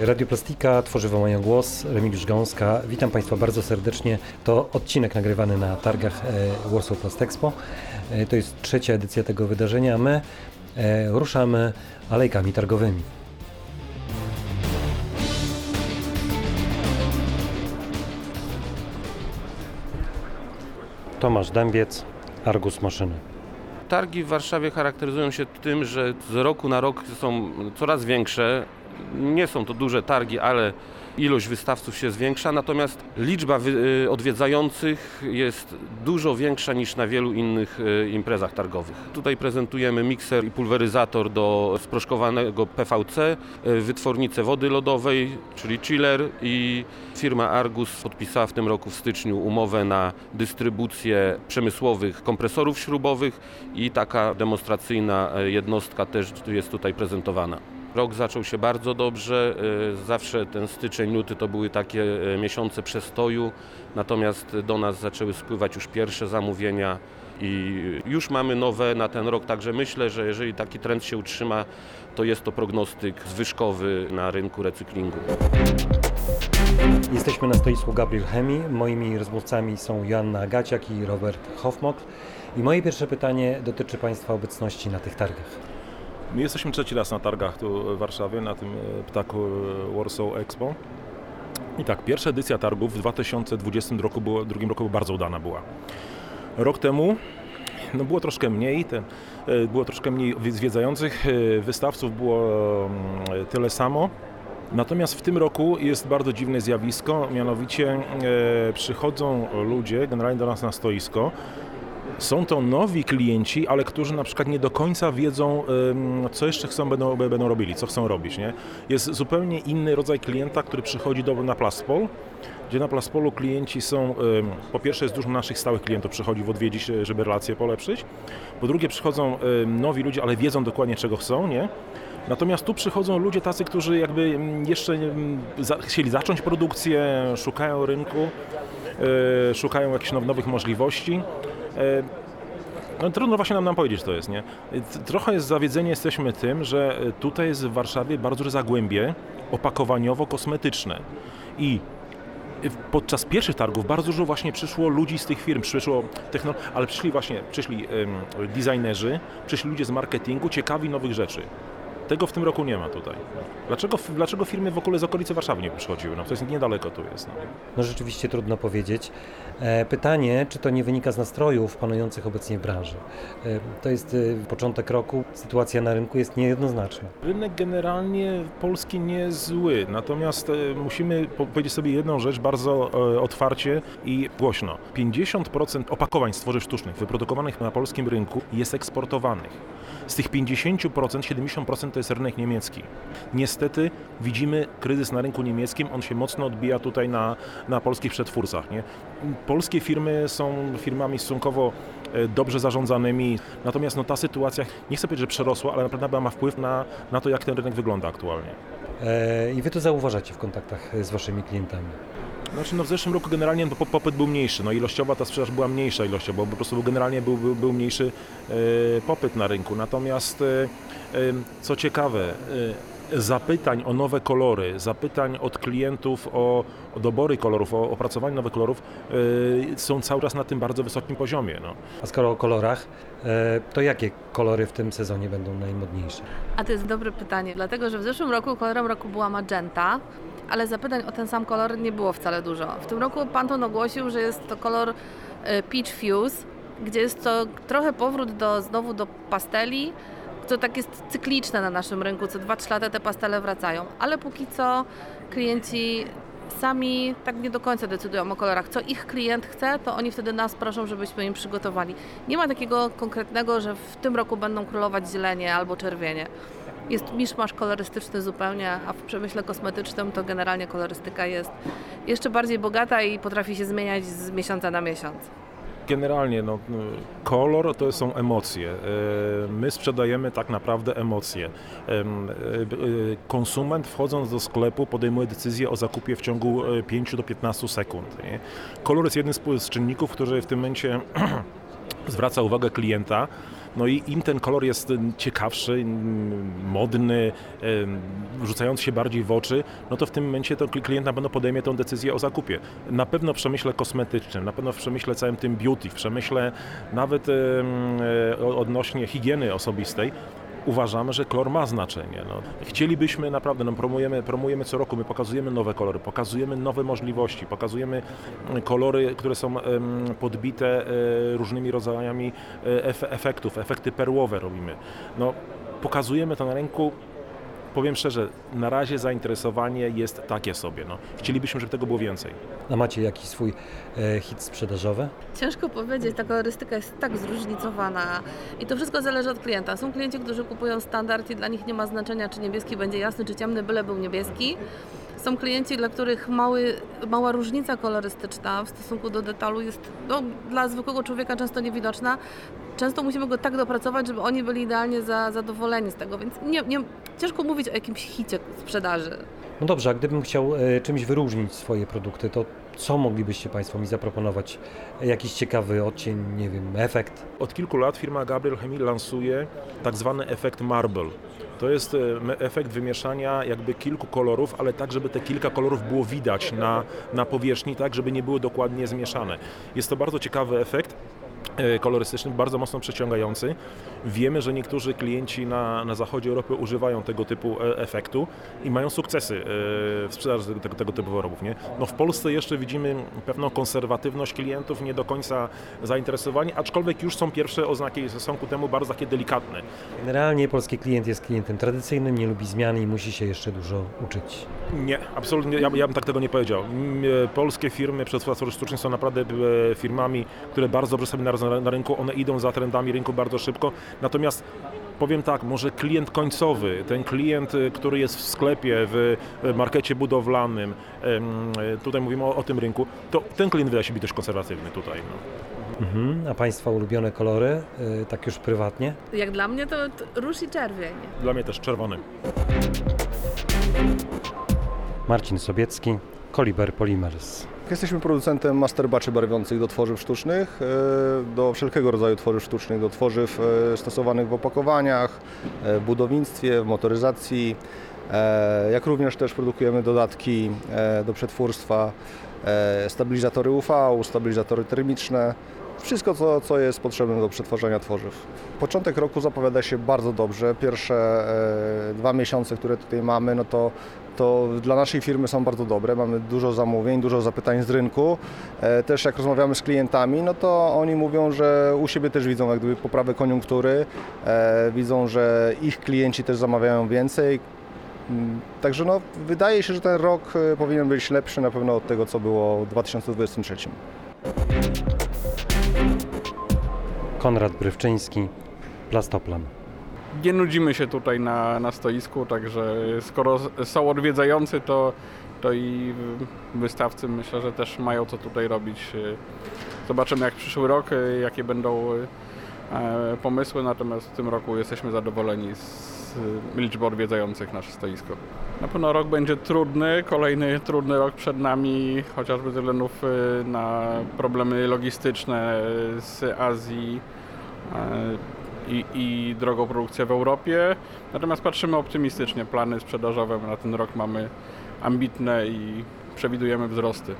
Radio Plastika, Tworzywo mają głos, Remigiusz Gąska. Witam Państwa bardzo serdecznie. To odcinek nagrywany na targach Warsaw Plastexpo. To jest trzecia edycja tego wydarzenia. My ruszamy alejkami targowymi. Tomasz Dębiec, Argus Maszyny. Targi w Warszawie charakteryzują się tym, że z roku na rok są coraz większe. Nie są to duże targi, ale ilość wystawców się zwiększa, natomiast liczba odwiedzających jest dużo większa niż na wielu innych imprezach targowych. Tutaj prezentujemy mikser i pulweryzator do sproszkowanego PVC, wytwornicę wody lodowej, czyli chiller, i firma Argus podpisała w tym roku w styczniu umowę na dystrybucję przemysłowych kompresorów śrubowych i taka demonstracyjna jednostka też jest tutaj prezentowana. Rok zaczął się bardzo dobrze, zawsze ten styczeń, luty to były takie miesiące przestoju, natomiast do nas zaczęły spływać już pierwsze zamówienia i już mamy nowe na ten rok, także myślę, że jeżeli taki trend się utrzyma, to jest to prognostyk zwyżkowy na rynku recyklingu. Jesteśmy na stoisku Gabriel Chemii. Moimi rozmówcami są Joanna Agaciak i Robert Hoffmokl. I moje pierwsze pytanie dotyczy Państwa obecności na tych targach. My jesteśmy trzeci raz na targach tu w Warszawie, na tym ptaku Warsaw Expo. I tak, pierwsza edycja targów w 2022 roku bardzo udana była. Rok temu było troszkę mniej, było troszkę mniej zwiedzających, wystawców było tyle samo. Natomiast w tym roku jest bardzo dziwne zjawisko, mianowicie przychodzą ludzie generalnie do nas na stoisko. Są to nowi klienci, ale którzy na przykład nie do końca wiedzą, co jeszcze będą robili, co chcą robić. Nie? Jest zupełnie inny rodzaj klienta, który przychodzi na Plaspol, gdzie na Plaspolu klienci są, po pierwsze jest dużo naszych stałych klientów, przychodzi odwiedzić, żeby relacje polepszyć. Po drugie przychodzą nowi ludzie, ale wiedzą dokładnie czego chcą, nie? Natomiast tu przychodzą ludzie tacy, którzy jakby jeszcze chcieli zacząć produkcję, szukają rynku, szukają jakichś nowych możliwości. Trudno właśnie nam powiedzieć, co to jest, nie? Trochę zawiedzeni jesteśmy tym, że tutaj jest w Warszawie bardzo duże zagłębie opakowaniowo-kosmetyczne i podczas pierwszych targów bardzo dużo właśnie przyszło ludzi z tych firm, ale przyszli designerzy, przyszli ludzie z marketingu, ciekawi nowych rzeczy. Tego w tym roku nie ma tutaj. Dlaczego firmy w ogóle z okolicy Warszawy nie przychodziły? To jest niedaleko tu jest. No rzeczywiście trudno powiedzieć. Pytanie, czy to nie wynika z nastrojów panujących obecnie w branży? To jest początek roku, sytuacja na rynku jest niejednoznaczna. Rynek generalnie polski nie jest zły, natomiast musimy powiedzieć sobie jedną rzecz bardzo otwarcie i głośno. 50% opakowań z tworzyw sztucznych wyprodukowanych na polskim rynku jest eksportowanych. Z tych 50% 70% to jest rynek niemiecki. Niestety widzimy kryzys na rynku niemieckim, on się mocno odbija tutaj na polskich przetwórcach. Nie? Polskie firmy są firmami stosunkowo dobrze zarządzanymi, natomiast ta sytuacja, nie chcę powiedzieć, że przerosła, ale naprawdę ma wpływ na to, jak ten rynek wygląda aktualnie. I Wy to zauważacie w kontaktach z Waszymi klientami? W zeszłym roku generalnie popyt był mniejszy, ilościowa ta sprzedaż była mniejsza ilościowo, bo po prostu generalnie był mniejszy popyt na rynku. Natomiast co ciekawe, zapytań o nowe kolory, zapytań od klientów o dobory kolorów, o opracowanie nowych kolorów są cały czas na tym bardzo wysokim poziomie. A skoro o kolorach, to jakie kolory w tym sezonie będą najmodniejsze? A to jest dobre pytanie, dlatego że w zeszłym roku kolorem roku była magenta, ale zapytań o ten sam kolor nie było wcale dużo. W tym roku Pantone ogłosił, że jest to kolor Peach Fuse, gdzie jest to trochę powrót znowu do pasteli, to tak jest cykliczne na naszym rynku, co 2-3 lata te pastele wracają, ale póki co klienci sami tak nie do końca decydują o kolorach. Co ich klient chce, to oni wtedy nas proszą, żebyśmy im przygotowali. Nie ma takiego konkretnego, że w tym roku będą królować zielenie albo czerwienie. Jest miszmasz kolorystyczny zupełnie, a w przemyśle kosmetycznym to generalnie kolorystyka jest jeszcze bardziej bogata i potrafi się zmieniać z miesiąca na miesiąc. Generalnie kolor to są emocje. My sprzedajemy tak naprawdę emocje. Konsument wchodząc do sklepu podejmuje decyzję o zakupie w ciągu 5 do 15 sekund. Nie? Kolor jest jednym z czynników, który w tym momencie zwraca uwagę klienta. No i im ten kolor jest ciekawszy, modny, rzucający się bardziej w oczy, no to w tym momencie to klient na pewno podejmie tę decyzję o zakupie. Na pewno w przemyśle kosmetycznym, na pewno w przemyśle całym tym beauty, w przemyśle nawet odnośnie higieny osobistej, uważamy, że kolor ma znaczenie. No. Chcielibyśmy naprawdę, promujemy co roku, my pokazujemy nowe kolory, pokazujemy nowe możliwości, pokazujemy kolory, które są podbite różnymi rodzajami efektów, efekty perłowe robimy. No, pokazujemy to na rynku. Powiem szczerze, na razie zainteresowanie jest takie sobie. No. Chcielibyśmy, żeby tego było więcej. A macie jakiś swój hit sprzedażowy? Ciężko powiedzieć, ta kolorystyka jest tak zróżnicowana i to wszystko zależy od klienta. Są klienci, którzy kupują standard i dla nich nie ma znaczenia, czy niebieski będzie jasny, czy ciemny, byle był niebieski. Są klienci, dla których mała różnica kolorystyczna w stosunku do detalu jest dla zwykłego człowieka często niewidoczna. Często musimy go tak dopracować, żeby oni byli idealnie zadowoleni z tego, więc ciężko mówić o jakimś hicie sprzedaży. No dobrze, a gdybym chciał czymś wyróżnić swoje produkty, to co moglibyście Państwo mi zaproponować? Jakiś ciekawy odcień, nie wiem, efekt? Od kilku lat firma Gabriel Chemie lansuje tak zwany efekt marble. To jest efekt wymieszania jakby kilku kolorów, ale tak, żeby te kilka kolorów było widać na powierzchni, tak, żeby nie były dokładnie zmieszane. Jest to bardzo ciekawy efekt kolorystyczny, bardzo mocno przyciągający. Wiemy, że niektórzy klienci na zachodzie Europy używają tego typu efektu i mają sukcesy w sprzedaży tego typu wyrobów. Nie? No w Polsce jeszcze widzimy pewną konserwatywność klientów, nie do końca zainteresowani, aczkolwiek już są pierwsze oznaki, są ku temu bardzo takie delikatne. Generalnie polski klient jest klientem tradycyjnym, nie lubi zmian i musi się jeszcze dużo uczyć. Nie, absolutnie, ja bym tak tego nie powiedział. Polskie firmy przetwórstwa sztuczne są naprawdę firmami, które bardzo dobrze sobie na rynku, one idą za trendami rynku bardzo szybko, natomiast powiem tak, może klient końcowy, ten klient, który jest w sklepie, w markecie budowlanym, tutaj mówimy o tym rynku, to ten klient wydaje się być dość konserwatywny tutaj. No. A Państwa ulubione kolory, tak już prywatnie? Jak dla mnie to róż i czerwień. Dla mnie też czerwony. Marcin Sobiecki, Koliber Polymers. Jesteśmy producentem master batchy barwiących do tworzyw sztucznych, do wszelkiego rodzaju tworzyw sztucznych, do tworzyw stosowanych w opakowaniach, w budownictwie, w motoryzacji, jak również też produkujemy dodatki do przetwórstwa, stabilizatory UV, stabilizatory termiczne, wszystko co jest potrzebne do przetwarzania tworzyw. Początek roku zapowiada się bardzo dobrze. Pierwsze 2 miesiące, które tutaj mamy, no to dla naszej firmy są bardzo dobre. Mamy dużo zamówień, dużo zapytań z rynku. Też jak rozmawiamy z klientami, no to oni mówią, że u siebie też widzą jak gdyby poprawę koniunktury, widzą, że ich klienci też zamawiają więcej. Także no, wydaje się, że ten rok powinien być lepszy na pewno od tego, co było w 2023. Konrad Brywczyński, Plastoplan. Nie nudzimy się tutaj na stoisku, także skoro są odwiedzający, to i wystawcy myślę, że też mają co tutaj robić. Zobaczymy jak przyszły rok, jakie będą pomysły, natomiast w tym roku jesteśmy zadowoleni z liczby odwiedzających nasze stoisko. Na pewno rok będzie trudny, kolejny trudny rok przed nami, chociażby ze względów na problemy logistyczne z Azji i drogą produkcję w Europie. Natomiast patrzymy optymistycznie, plany sprzedażowe na ten rok mamy ambitne i przewidujemy wzrosty.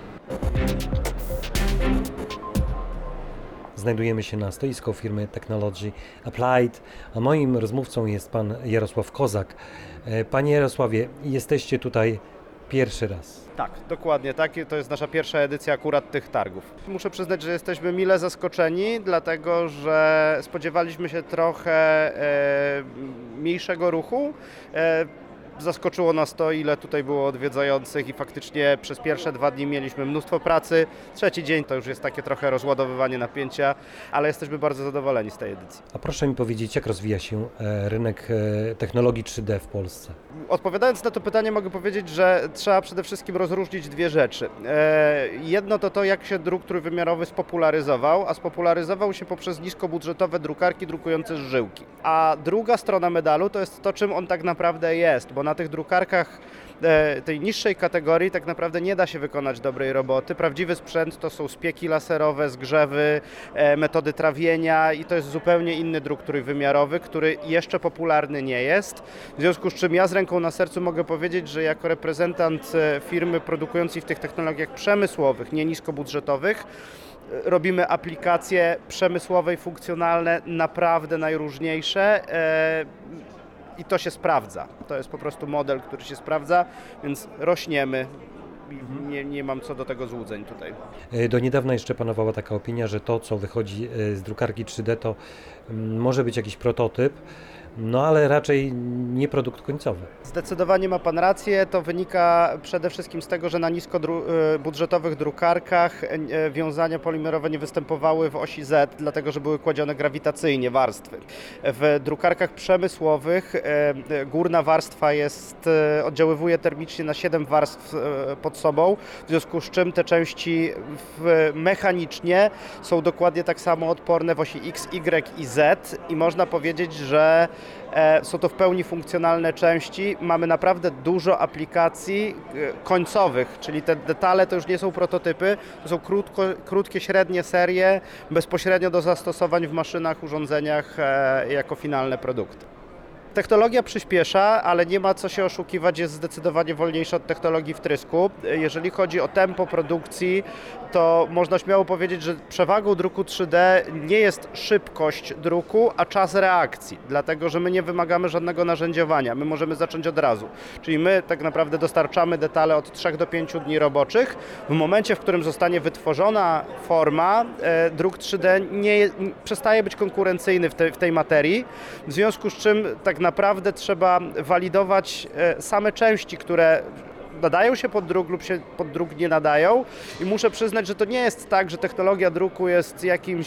Znajdujemy się na stoisku firmy Technology Applied, a moim rozmówcą jest pan Jarosław Kozak. Panie Jarosławie, jesteście tutaj pierwszy raz. Tak, dokładnie tak. To jest nasza pierwsza edycja akurat tych targów. Muszę przyznać, że jesteśmy mile zaskoczeni, dlatego że spodziewaliśmy się trochę mniejszego ruchu. Zaskoczyło nas to, ile tutaj było odwiedzających i faktycznie przez pierwsze 2 dni mieliśmy mnóstwo pracy. Trzeci dzień to już jest takie trochę rozładowywanie napięcia, ale jesteśmy bardzo zadowoleni z tej edycji. A proszę mi powiedzieć, jak rozwija się rynek technologii 3D w Polsce? Odpowiadając na to pytanie mogę powiedzieć, że trzeba przede wszystkim rozróżnić 2 rzeczy. Jedno to jak się druk trójwymiarowy spopularyzował, a spopularyzował się poprzez niskobudżetowe drukarki drukujące żyłki. A druga strona medalu to jest to, czym on tak naprawdę jest, bo na tych drukarkach tej niższej kategorii tak naprawdę nie da się wykonać dobrej roboty. Prawdziwy sprzęt to są spieki laserowe, zgrzewy, metody trawienia i to jest zupełnie inny druk trójwymiarowy, który jeszcze popularny nie jest. W związku z czym ja z ręką na sercu mogę powiedzieć, że jako reprezentant firmy produkującej w tych technologiach przemysłowych, nie niskobudżetowych, robimy aplikacje przemysłowe i funkcjonalne naprawdę najróżniejsze i to się sprawdza. To jest po prostu model, który się sprawdza, więc rośniemy. Nie mam co do tego złudzeń tutaj. Do niedawna jeszcze panowała taka opinia, że to, co wychodzi z drukarki 3D, to może być jakiś prototyp, no ale raczej nie produkt końcowy. Zdecydowanie ma Pan rację. To wynika przede wszystkim z tego, że na niskobudżetowych drukarkach wiązania polimerowe nie występowały w osi Z, dlatego że były kładzione grawitacyjnie warstwy. W drukarkach przemysłowych górna warstwa oddziaływuje termicznie na 7 warstw pod sobą, w związku z czym te części mechanicznie są dokładnie tak samo odporne w osi X, Y i Z i można powiedzieć, że są to w pełni funkcjonalne części. Mamy naprawdę dużo aplikacji końcowych, czyli te detale to już nie są prototypy, to są krótkie, średnie serie, bezpośrednio do zastosowań w maszynach, urządzeniach jako finalne produkty. Technologia przyspiesza, ale nie ma co się oszukiwać, jest zdecydowanie wolniejsza od technologii wtrysku. Jeżeli chodzi o tempo produkcji, to można śmiało powiedzieć, że przewagą druku 3D nie jest szybkość druku, a czas reakcji, dlatego że my nie wymagamy żadnego narzędziowania, my możemy zacząć od razu. Czyli my tak naprawdę dostarczamy detale od 3 do 5 dni roboczych. W momencie, w którym zostanie wytworzona forma, druk 3D przestaje być konkurencyjny w tej materii, w związku z czym tak naprawdę trzeba walidować same części, które nadają się pod druk lub się pod druk nie nadają i muszę przyznać, że to nie jest tak, że technologia druku jest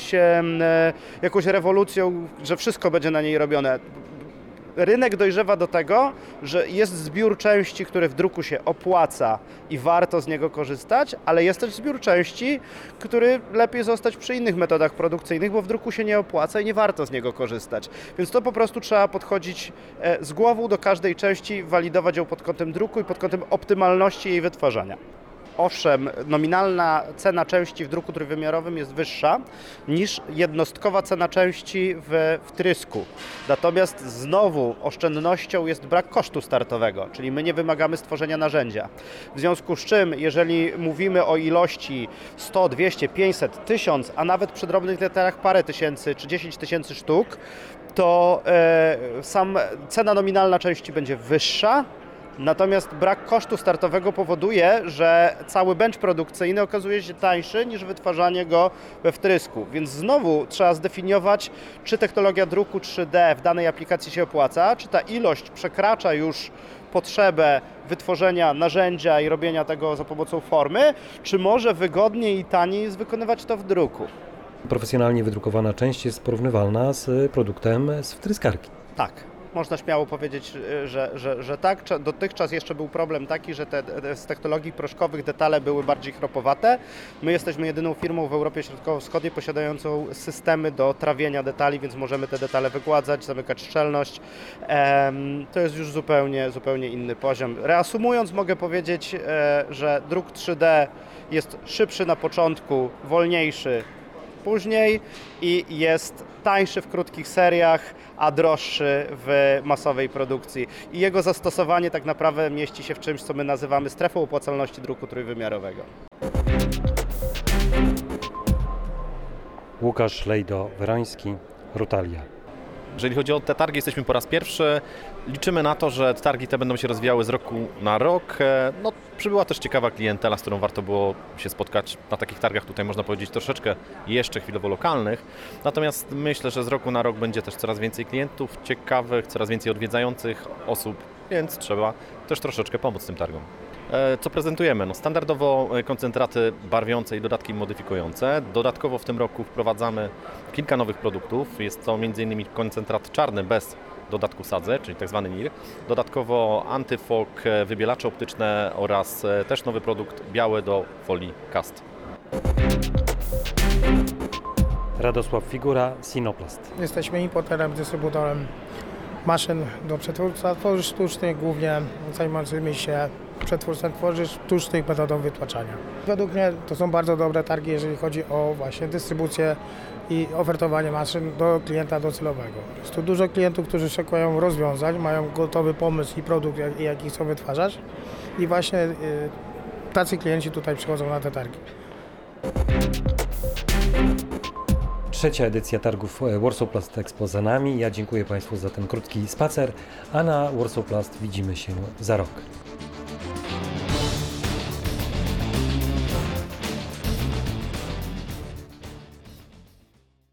jakąś rewolucją, że wszystko będzie na niej robione. Rynek dojrzewa do tego, że jest zbiór części, który w druku się opłaca i warto z niego korzystać, ale jest też zbiór części, który lepiej zostać przy innych metodach produkcyjnych, bo w druku się nie opłaca i nie warto z niego korzystać. Więc to po prostu trzeba podchodzić z głową do każdej części, walidować ją pod kątem druku i pod kątem optymalności jej wytwarzania. Owszem, nominalna cena części w druku trójwymiarowym jest wyższa niż jednostkowa cena części w wtrysku. Natomiast znowu oszczędnością jest brak kosztu startowego, czyli my nie wymagamy stworzenia narzędzia. W związku z czym, jeżeli mówimy o ilości 100, 200, 500, 1000, a nawet przy drobnych detalach parę tysięcy czy 10 tysięcy sztuk, to cena nominalna części będzie wyższa. Natomiast brak kosztu startowego powoduje, że cały bench produkcyjny okazuje się tańszy niż wytwarzanie go we wtrysku. Więc znowu trzeba zdefiniować, czy technologia druku 3D w danej aplikacji się opłaca, czy ta ilość przekracza już potrzebę wytworzenia narzędzia i robienia tego za pomocą formy, czy może wygodniej i taniej jest wykonywać to w druku. Profesjonalnie wydrukowana część jest porównywalna z produktem z wtryskarki. Tak. Można śmiało powiedzieć, że tak. Dotychczas jeszcze był problem taki, że z technologii proszkowych detale były bardziej chropowate. My jesteśmy jedyną firmą w Europie Środkowo-Wschodniej posiadającą systemy do trawienia detali, więc możemy te detale wygładzać, zamykać szczelność. To jest już zupełnie inny poziom. Reasumując, mogę powiedzieć, że druk 3D jest szybszy na początku, wolniejszy później i jest tańszy w krótkich seriach, a droższy w masowej produkcji. I jego zastosowanie tak naprawdę mieści się w czymś, co my nazywamy strefą opłacalności druku trójwymiarowego. Łukasz Lejdo-Weroński, Rutalia. Jeżeli chodzi o te targi, jesteśmy po raz pierwszy. Liczymy na to, że targi te będą się rozwijały z roku na rok. No, przybyła też ciekawa klientela, z którą warto było się spotkać na takich targach, tutaj można powiedzieć troszeczkę jeszcze chwilowo lokalnych. Natomiast myślę, że z roku na rok będzie też coraz więcej klientów ciekawych, coraz więcej odwiedzających osób, więc trzeba też troszeczkę pomóc tym targom. Co prezentujemy? No, standardowo koncentraty barwiące i dodatki modyfikujące. Dodatkowo w tym roku wprowadzamy kilka nowych produktów. Jest to m.in. koncentrat czarny bez dodatku sadzy, czyli tzw. NIR. Dodatkowo antyfog, wybielacze optyczne oraz też nowy produkt biały do folii cast. Radosław Figura, Sinoplast. Jesteśmy importerem, dystrybutorem maszyn do przetwórstwa tworzyw sztucznych, głównie zajmującymi się przetwórstwem tworzyw sztucznych metodą wytłaczania. Według mnie to są bardzo dobre targi, jeżeli chodzi o właśnie dystrybucję i ofertowanie maszyn do klienta docelowego. Jest tu dużo klientów, którzy szukają rozwiązań, mają gotowy pomysł i produkt, jaki chcą wytwarzać i właśnie tacy klienci tutaj przychodzą na te targi. Trzecia edycja targów Warsaw Plast Expo za nami. Ja dziękuję Państwu za ten krótki spacer, a na Warsaw Plast widzimy się za rok.